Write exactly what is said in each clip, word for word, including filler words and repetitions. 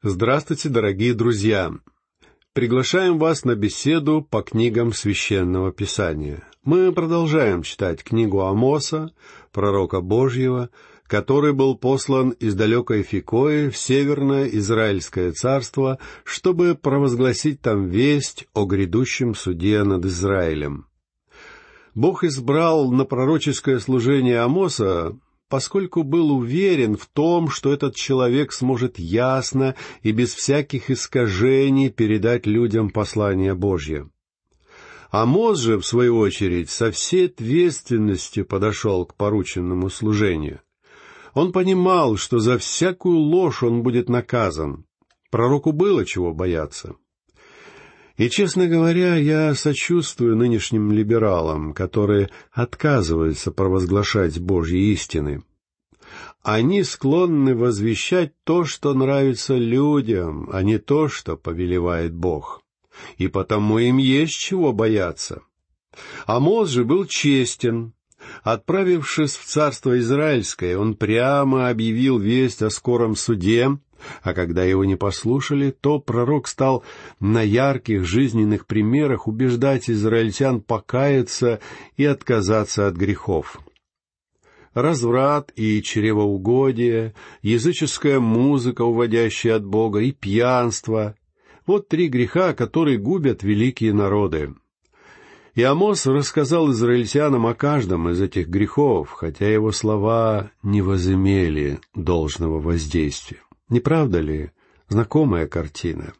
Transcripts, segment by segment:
Здравствуйте, дорогие друзья! Приглашаем вас на беседу по книгам Священного Писания. Мы продолжаем читать книгу Амоса, пророка Божьего, который был послан из далекой Фикои в Северное Израильское царство, чтобы провозгласить там весть о грядущем суде над Израилем. Бог избрал на пророческое служение Амоса, поскольку был уверен в том, что этот человек сможет ясно и без всяких искажений передать людям послание Божье. Амос же, в свою очередь, со всей ответственностью подошел к порученному служению. Он понимал, что за всякую ложь он будет наказан. Пророку было чего бояться. И, честно говоря, я сочувствую нынешним либералам, которые отказываются провозглашать Божьи истины. Они склонны возвещать то, что нравится людям, а не то, что повелевает Бог. И потому им есть чего бояться. Амос же был честен. Отправившись в царство Израильское, он прямо объявил весть о скором суде, а когда его не послушали, то пророк стал на ярких жизненных примерах убеждать израильтян покаяться и отказаться от грехов. Разврат и чревоугодие, языческая музыка, уводящая от Бога, и пьянство — вот три греха, которые губят великие народы. И Амос рассказал израильтянам о каждом из этих грехов, хотя его слова не возымели должного воздействия. Не правда ли знакомая картина?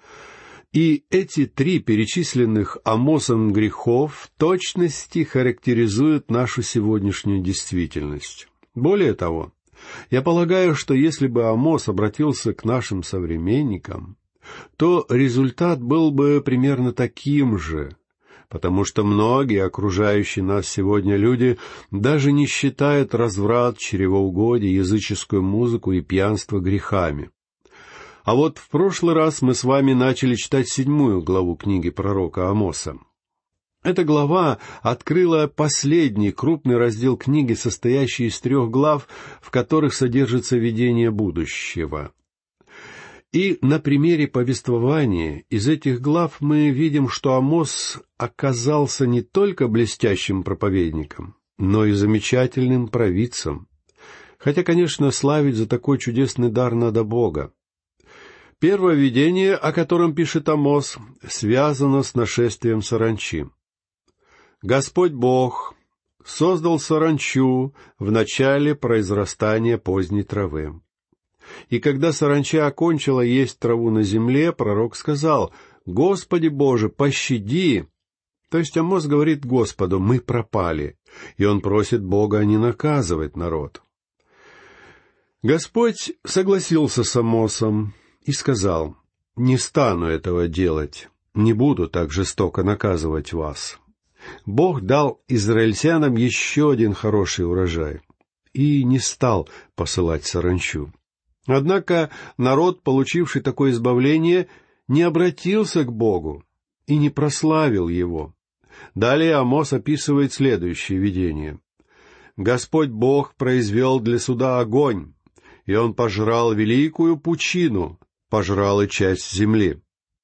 И эти три перечисленных Амосом грехов в точности характеризуют нашу сегодняшнюю действительность. Более того, я полагаю, что если бы Амос обратился к нашим современникам, то результат был бы примерно таким же, потому что многие окружающие нас сегодня люди даже не считают разврат, чревоугодие, языческую музыку и пьянство грехами. А вот в прошлый раз мы с вами начали читать седьмую главу книги пророка Амоса. Эта глава открыла последний крупный раздел книги, состоящий из трех глав, в которых содержится видение будущего. И на примере повествования из этих глав мы видим, что Амос оказался не только блестящим проповедником, но и замечательным провидцем. Хотя, конечно, славить за такой чудесный дар надо Бога. Первое видение, о котором пишет Амос, связано с нашествием саранчи. «Господь Бог создал саранчу в начале произрастания поздней травы. И когда саранча окончила есть траву на земле, пророк сказал: «Господи Боже, пощади!» То есть Амос говорит Господу: «Мы пропали», и он просит Бога не наказывать народ. Господь согласился с Амосом и сказал: «Не стану этого делать, не буду так жестоко наказывать вас». Бог дал израильтянам еще один хороший урожай и не стал посылать саранчу. Однако народ, получивший такое избавление, не обратился к Богу и не прославил Его. Далее Амос описывает следующее видение. «Господь Бог произвел для суда огонь, и он пожрал великую пучину, пожрал и часть земли».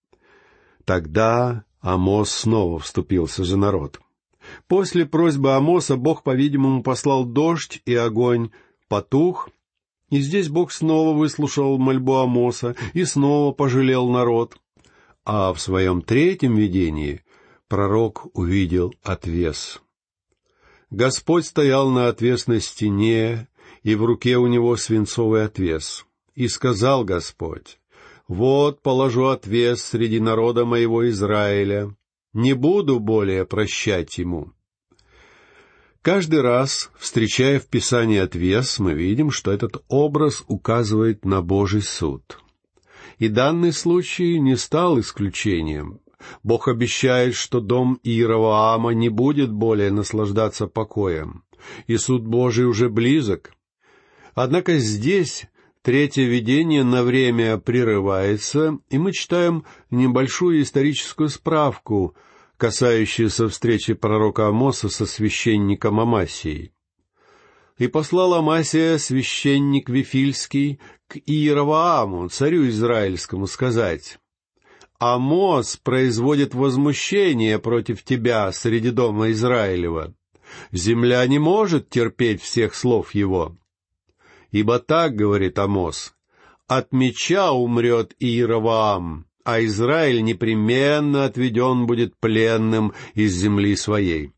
Тогда Амос снова вступился за народ. После просьбы Амоса Бог, по-видимому, послал дождь, и огонь потух. И здесь Бог снова выслушал мольбу Амоса и снова пожалел народ. А в своем третьем видении пророк увидел отвес. Господь стоял на отвесной стене, и в руке у него свинцовый отвес. И сказал Господь: «Вот положу отвес среди народа моего Израиля, не буду более прощать ему». Каждый раз, встречая в Писании отвес, мы видим, что этот образ указывает на Божий суд. И данный случай не стал исключением. Бог обещает, что дом Иеровоама не будет более наслаждаться покоем, и суд Божий уже близок. Однако здесь третье видение на время прерывается, и мы читаем небольшую историческую справку, касающуюся встречи пророка Амоса со священником Амасией. И послал Амасия, священник Вифильский, к Иеровоаму, царю израильскому, сказать: «Амос производит возмущение против тебя среди дома Израилева. Земля не может терпеть всех слов его. Ибо так, говорит Амос, от меча умрет Иеровоам, а Израиль непременно отведен будет пленным из земли своей».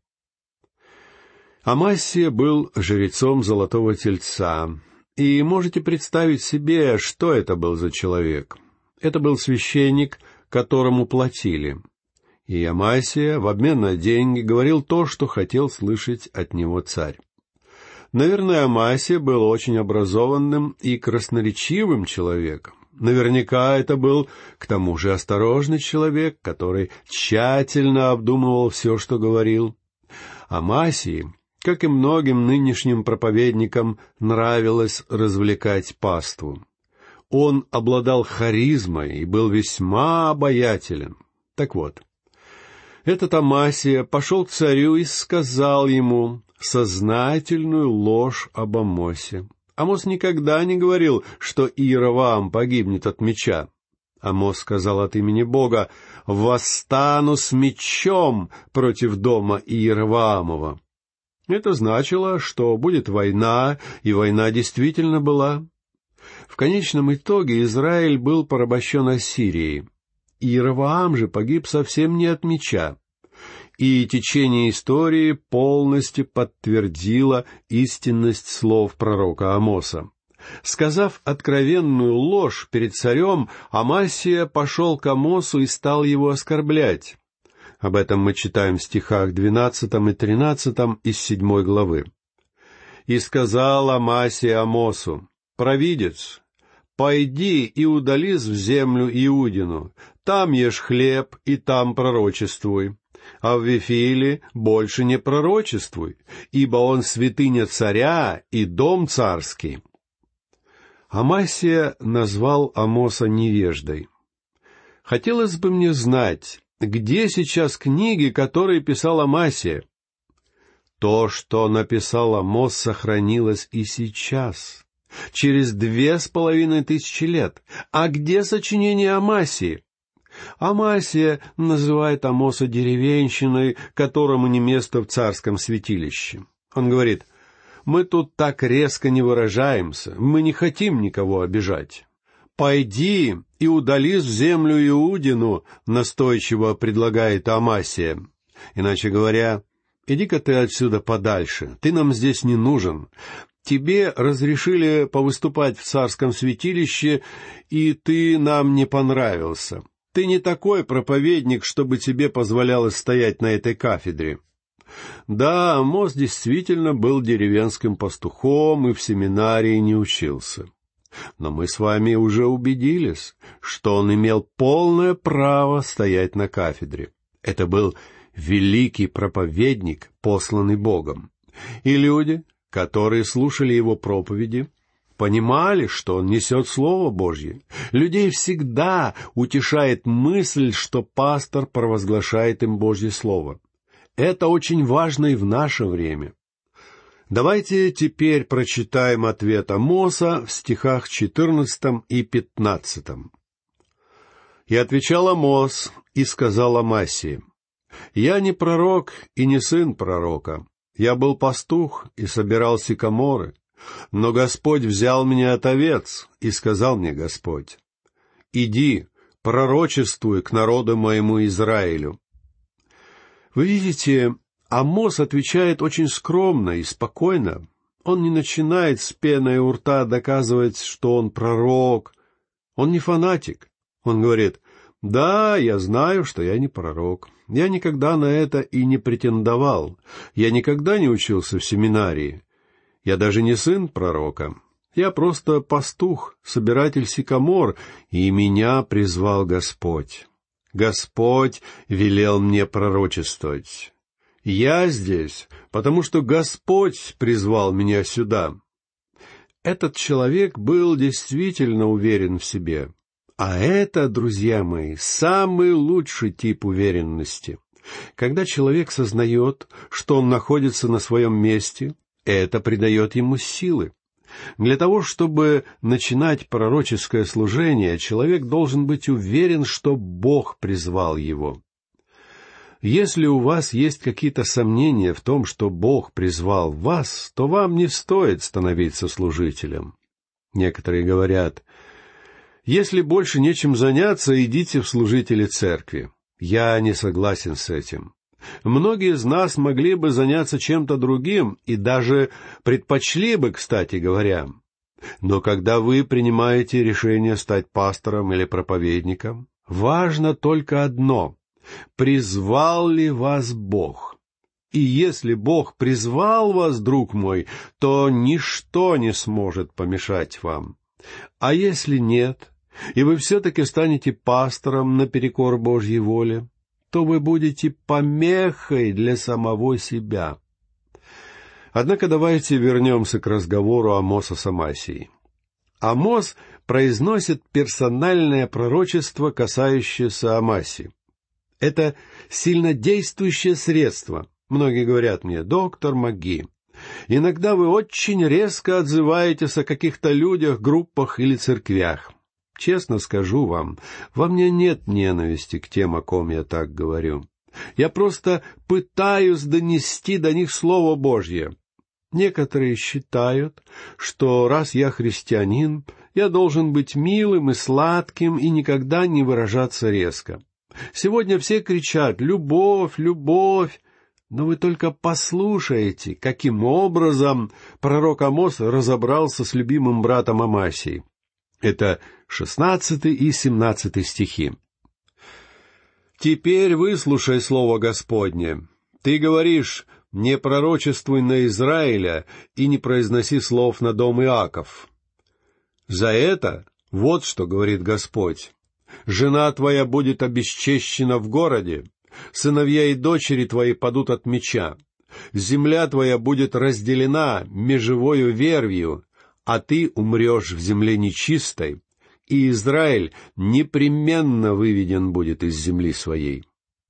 Амасия был жрецом Золотого Тельца, и можете представить себе, что это был за человек. Это был священник, которому платили. И Амасия в обмен на деньги говорил то, что хотел слышать от него царь. Наверное, Амасия был очень образованным и красноречивым человеком. Наверняка это был, к тому же, осторожный человек, который тщательно обдумывал все, что говорил. Амасии, как и многим нынешним проповедникам, нравилось развлекать паству. Он обладал харизмой и был весьма обаятелен. Так вот, этот Амасия пошел к царю и сказал ему сознательную ложь об Амосе. Амос никогда не говорил, что Иеровоам погибнет от меча. Амос сказал от имени Бога: «Восстану с мечом против дома Иеровоамова». Это значило, что будет война, и война действительно была. В конечном итоге Израиль был порабощен Ассирией. Иеровоам же погиб совсем не от меча. И течение истории полностью подтвердило истинность слов пророка Амоса. Сказав откровенную ложь перед царем, Амасия пошел к Амосу и стал его оскорблять. Об этом мы читаем в стихах двенадцатом и тринадцатом из седьмой главы. «И сказал Амасия Амосу: провидец, пойди и удались в землю Иудину, там ешь хлеб и там пророчествуй, а в Вифиле больше не пророчествуй, ибо он святыня царя и дом царский». Амасия назвал Амоса невеждой. Хотелось бы мне знать, где сейчас книги, которые писал Амасия? То, что написал Амос, сохранилось и сейчас, через две с половиной тысячи лет. А где сочинение Амасии? Амасия называет Амоса деревенщиной, которому не место в царском святилище. Он говорит: «Мы тут так резко не выражаемся, мы не хотим никого обижать. Пойди и удались в землю Иудину», настойчиво предлагает Амасия. Иначе говоря, иди-ка ты отсюда подальше, ты нам здесь не нужен. Тебе разрешили повыступать в царском святилище, и ты нам не понравился. Ты не такой проповедник, чтобы тебе позволялось стоять на этой кафедре. Да, Амос действительно был деревенским пастухом и в семинарии не учился. Но мы с вами уже убедились, что он имел полное право стоять на кафедре. Это был великий проповедник, посланный Богом. И люди, которые слушали его проповеди, понимали, что он несет Слово Божье. Людей всегда утешает мысль, что пастор провозглашает им Божье Слово. Это очень важно и в наше время. Давайте теперь прочитаем ответ Амоса в стихах четырнадцатом и пятнадцатом. «И отвечал Амос, и сказал Амасии: я не пророк и не сын пророка. Я был пастух и собирал сикоморы. Но Господь взял меня от овец, и сказал мне Господь: иди, пророчествуй к народу моему Израилю». Вы видите, Амос отвечает очень скромно и спокойно. Он не начинает с пеной у рта доказывать, что он пророк. Он не фанатик. Он говорит: да, я знаю, что я не пророк. Я никогда на это и не претендовал. Я никогда не учился в семинарии. Я даже не сын пророка. Я просто пастух, собиратель сикомор, и меня призвал Господь. Господь велел мне пророчествовать. Я здесь, потому что Господь призвал меня сюда. Этот человек был действительно уверен в себе. А это, друзья мои, самый лучший тип уверенности. Когда человек сознает, что он находится на своем месте, Это придает ему силы. Для того, чтобы начинать пророческое служение, человек должен быть уверен, что Бог призвал его. Если у вас есть какие-то сомнения в том, что Бог призвал вас, то вам не стоит становиться служителем. Некоторые говорят: если больше нечем заняться, идите в служители церкви. Я не согласен с этим. Многие из нас могли бы заняться чем-то другим и даже предпочли бы, кстати говоря. Но когда вы принимаете решение стать пастором или проповедником, важно только одно — призвал ли вас Бог? И если Бог призвал вас, друг мой, то ничто не сможет помешать вам. А если нет, и вы все-таки станете пастором наперекор Божьей воле, то вы будете помехой для самого себя. Однако давайте вернемся к разговору Амоса с Амасией. Амос произносит персональное пророчество, касающееся Амасии. Это сильнодействующее средство. Многие говорят мне: доктор Маги, иногда вы очень резко отзываетесь о каких-то людях, группах или церквях. Честно скажу вам, во мне нет ненависти к тем, о ком я так говорю. Я просто пытаюсь донести до них Слово Божье. Некоторые считают, что раз я христианин, я должен быть милым и сладким и никогда не выражаться резко. Сегодня все кричат: «Любовь, любовь!» Но вы только послушайте, каким образом пророк Амос разобрался с любимым братом Амасией. Это шестнадцатый и семнадцатый стихи. «Теперь выслушай слово Господне. Ты говоришь: не пророчествуй на Израиля и не произноси слов на дом Иаков. За это вот что говорит Господь: жена твоя будет обесчещена в городе, сыновья и дочери твои падут от меча, земля твоя будет разделена межевою вервью, а ты умрешь в земле нечистой, и Израиль непременно выведен будет из земли своей.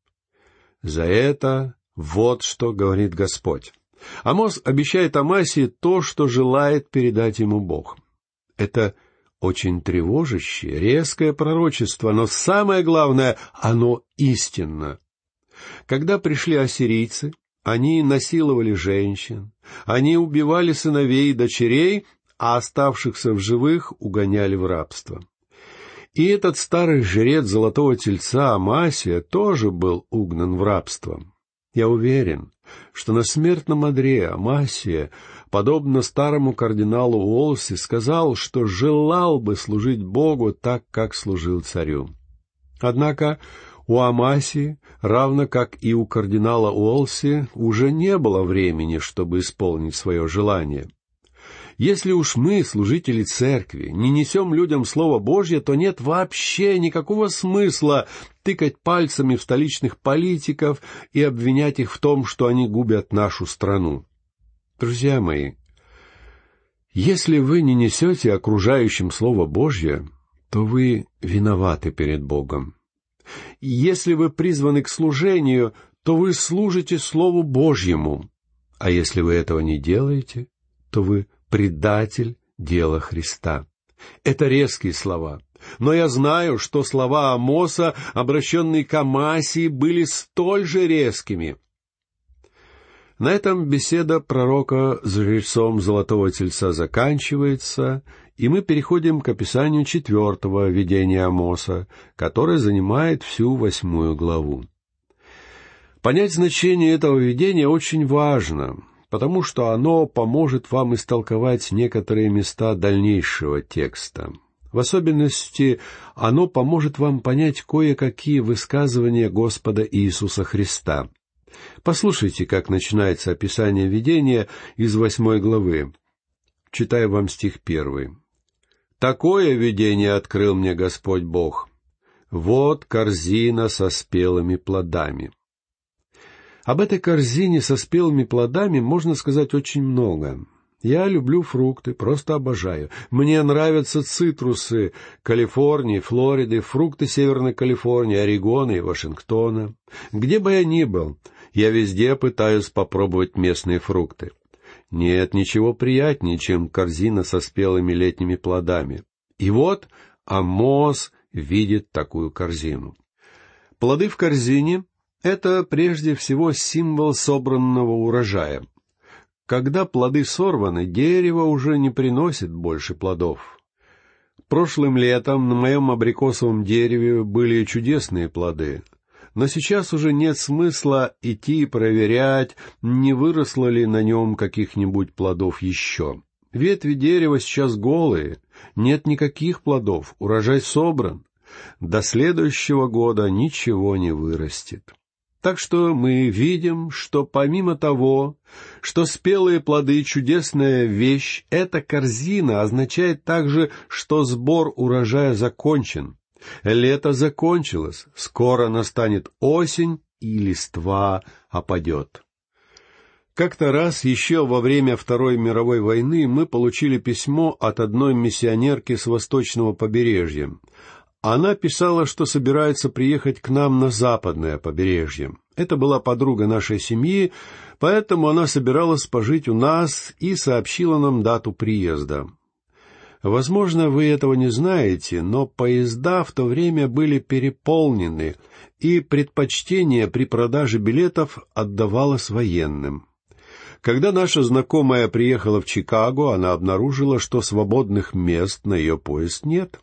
За это вот что говорит Господь. Амос обещает Амасии то, что желает передать ему Бог. Это очень тревожащее, резкое пророчество, но самое главное — оно истинно. Когда пришли ассирийцы, они насиловали женщин, они убивали сыновей и дочерей, а оставшихся в живых угоняли в рабство. И этот старый жрец Золотого Тельца Амасия тоже был угнан в рабство. Я уверен, что на смертном одре Амасия, подобно старому кардиналу Уолси, сказал, что желал бы служить Богу так, как служил царю. Однако у Амасии, равно как и у кардинала Уолси, уже не было времени, чтобы исполнить свое желание. Если уж мы, служители церкви, не несем людям Слово Божье, то нет вообще никакого смысла тыкать пальцами в столичных политиков и обвинять их в том, что они губят нашу страну. Друзья мои, если вы не несете окружающим Слово Божье, то вы виноваты перед Богом. Если вы призваны к служению, то вы служите Слову Божьему. А если вы этого не делаете, то вы предатель дела Христа. Это резкие слова. Но я знаю, что слова Амоса, обращенные к Амасии, были столь же резкими. На этом беседа пророка с жрецом Золотого Тельца заканчивается, и мы переходим к описанию четвертого видения Амоса, которое занимает всю восьмую главу. Понять значение этого видения очень важно, потому что оно поможет вам истолковать некоторые места дальнейшего текста. В особенности, оно поможет вам понять кое-какие высказывания Господа Иисуса Христа. Послушайте, как начинается описание видения из восьмой главы. Читаю вам стих первый. «Такое видение открыл мне Господь Бог. Вот корзина со спелыми плодами». Об этой корзине со спелыми плодами можно сказать очень много. Я люблю фрукты, просто обожаю. Мне нравятся цитрусы Калифорнии, Флориды, фрукты Северной Калифорнии, Орегона и Вашингтона. Где бы я ни был, я везде пытаюсь попробовать местные фрукты. Нет ничего приятнее, чем корзина со спелыми летними плодами. И вот Амос видит такую корзину. Плоды в корзине — это прежде всего символ собранного урожая. Когда плоды сорваны, дерево уже не приносит больше плодов. Прошлым летом на моем абрикосовом дереве были чудесные плоды, но сейчас уже нет смысла идти и проверять, не выросло ли на нем каких-нибудь плодов еще. Ветви дерева сейчас голые, нет никаких плодов, урожай собран. До следующего года ничего не вырастет. Так что мы видим, что помимо того, что спелые плоды — чудесная вещь, эта корзина означает также, что сбор урожая закончен. Лето закончилось, скоро настанет осень, и листва опадет. Как-то раз еще во время Второй мировой войны мы получили письмо от одной миссионерки с восточного побережья. Она писала, что собирается приехать к нам на западное побережье. Это была подруга нашей семьи, поэтому она собиралась пожить у нас и сообщила нам дату приезда. Возможно, вы этого не знаете, но поезда в то время были переполнены, и предпочтение при продаже билетов отдавалось военным. Когда наша знакомая приехала в Чикаго, она обнаружила, что свободных мест на ее поезд нет.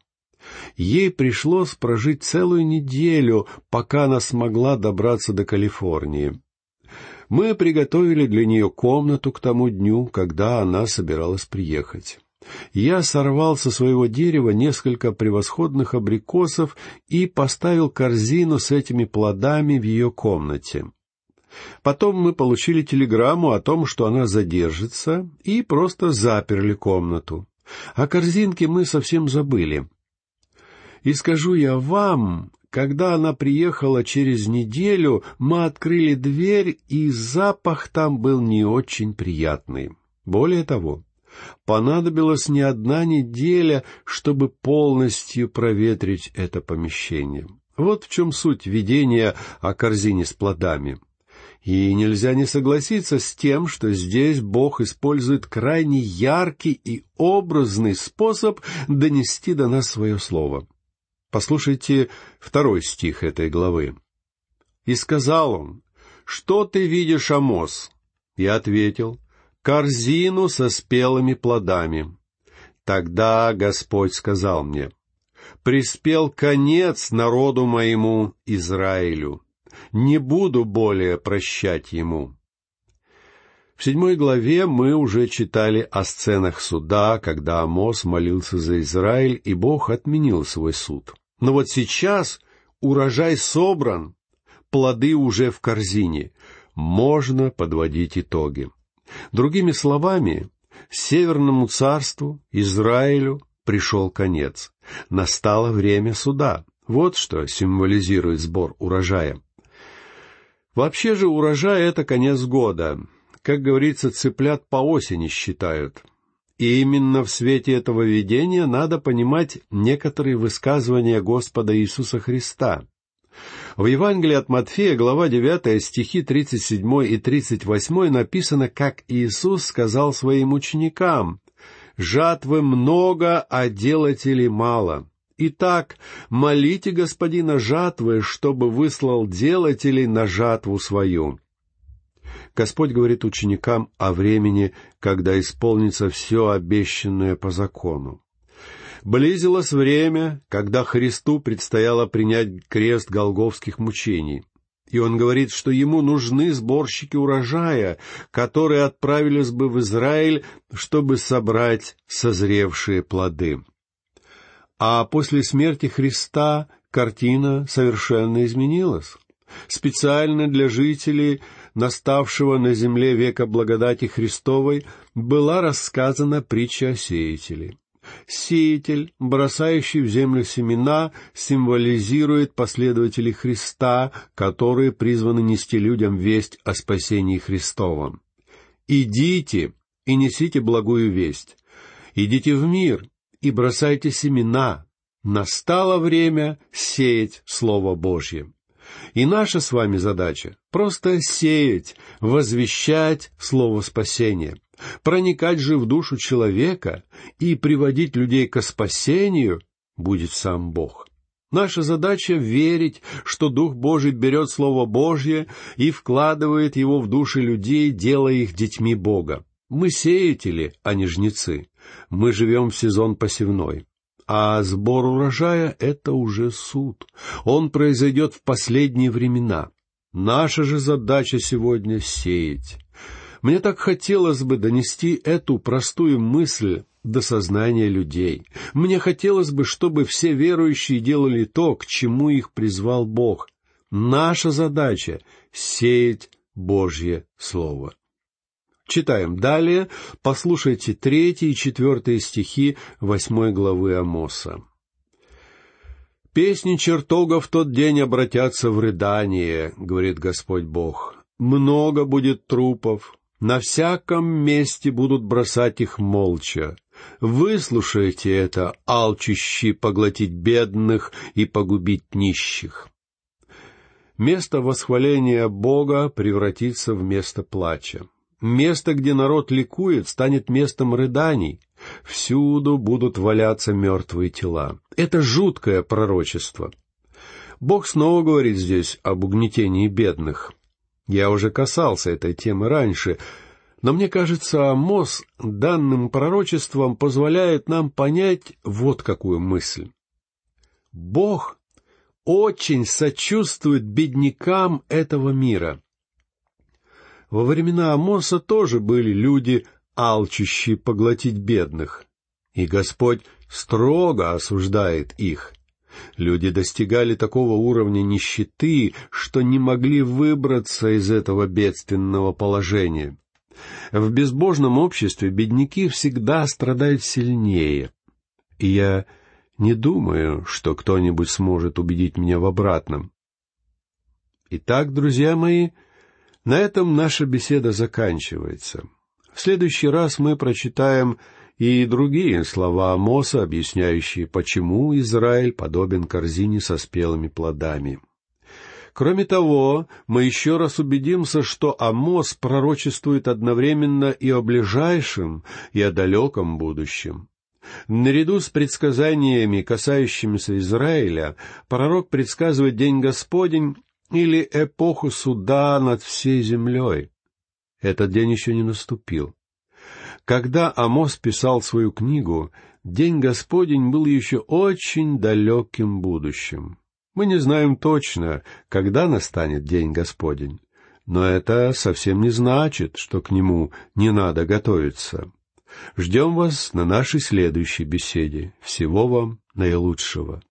Ей пришлось прожить целую неделю, пока она смогла добраться до Калифорнии. Мы приготовили для нее комнату к тому дню, когда она собиралась приехать. Я сорвал со своего дерева несколько превосходных абрикосов и поставил корзину с этими плодами в ее комнате. Потом мы получили телеграмму о том, что она задержится, и просто заперли комнату. О корзинке мы совсем забыли. И скажу я вам, когда она приехала через неделю, мы открыли дверь, и запах там был не очень приятный. Более того, понадобилась не одна неделя, чтобы полностью проветрить это помещение. Вот в чем суть видения о корзине с плодами. И нельзя не согласиться с тем, что здесь Бог использует крайне яркий и образный способ донести до нас свое слово. Послушайте второй стих этой главы. «И сказал он, что ты видишь, Амос?» Я ответил, корзину со спелыми плодами. Тогда Господь сказал мне, приспел конец народу моему Израилю. Не буду более прощать ему. В седьмой главе мы уже читали о сценах суда, когда Амос молился за Израиль, и Бог отменил свой суд. Но вот сейчас урожай собран, плоды уже в корзине. Можно подводить итоги. Другими словами, Северному царству, Израилю, пришел конец. Настало время суда. Вот что символизирует сбор урожая. Вообще же урожай — это конец года. Как говорится, цыплят по осени считают. И именно в свете этого видения надо понимать некоторые высказывания Господа Иисуса Христа. В Евангелии от Матфея, глава девятая, стихи тридцать седьмой и тридцать восьмой написано, как Иисус сказал своим ученикам: «Жатвы много, а делателей мало. Итак, молите Господина жатвы, чтобы выслал делателей на жатву свою». Господь говорит ученикам о времени, когда исполнится все обещанное по закону. Близилось время, когда Христу предстояло принять крест голгофских мучений. И Он говорит, что Ему нужны сборщики урожая, которые отправились бы в Израиль, чтобы собрать созревшие плоды. А после смерти Христа картина совершенно изменилась. Специально для жителей наставшего на земле века благодати Христовой была рассказана притча о сеятеле. Сеятель, бросающий в землю семена, символизирует последователей Христа, которые призваны нести людям весть о спасении Христовом. «Идите и несите благую весть. Идите в мир и бросайте семена. Настало время сеять Слово Божье». И наша с вами задача — просто сеять, возвещать слово спасения. Проникать же в душу человека и приводить людей ко спасению будет сам Бог. Наша задача — верить, что Дух Божий берет Слово Божье и вкладывает его в души людей, делая их детьми Бога. Мы сеятели, а не жнецы. Мы живем в сезон посевной. А сбор урожая — это уже суд. Он произойдет в последние времена. Наша же задача сегодня — сеять. Мне так хотелось бы донести эту простую мысль до сознания людей. Мне хотелось бы, чтобы все верующие делали то, к чему их призвал Бог. Наша задача — сеять Божье Слово. Читаем далее. Послушайте третий и четвертые стихи восьмой главы Амоса. «Песни чертога в тот день обратятся в рыдание, — говорит Господь Бог. Много будет трупов, на всяком месте будут бросать их молча. Выслушайте это, алчущие поглотить бедных и погубить нищих». Место восхваления Бога превратится в место плача. Место, где народ ликует, станет местом рыданий. Всюду будут валяться мертвые тела. Это жуткое пророчество. Бог снова говорит здесь об угнетении бедных. Я уже касался этой темы раньше, но мне кажется, Амос данным пророчеством позволяет нам понять вот какую мысль. Бог очень сочувствует беднякам этого мира. Во времена Амоса тоже были люди, алчущие поглотить бедных, и Господь строго осуждает их. Люди достигали такого уровня нищеты, что не могли выбраться из этого бедственного положения. В безбожном обществе бедняки всегда страдают сильнее, и я не думаю, что кто-нибудь сможет убедить меня в обратном. Итак, друзья мои, на этом наша беседа заканчивается. В следующий раз мы прочитаем и другие слова Амоса, объясняющие, почему Израиль подобен корзине со спелыми плодами. Кроме того, мы еще раз убедимся, что Амос пророчествует одновременно и о ближайшем, и о далеком будущем. Наряду с предсказаниями, касающимися Израиля, пророк предсказывает день Господень или эпоху суда над всей землей. Этот день еще не наступил. Когда Амос писал свою книгу, день Господень был еще очень далеким будущим. Мы не знаем точно, когда настанет день Господень, но это совсем не значит, что к нему не надо готовиться. Ждем вас на нашей следующей беседе. Всего вам наилучшего.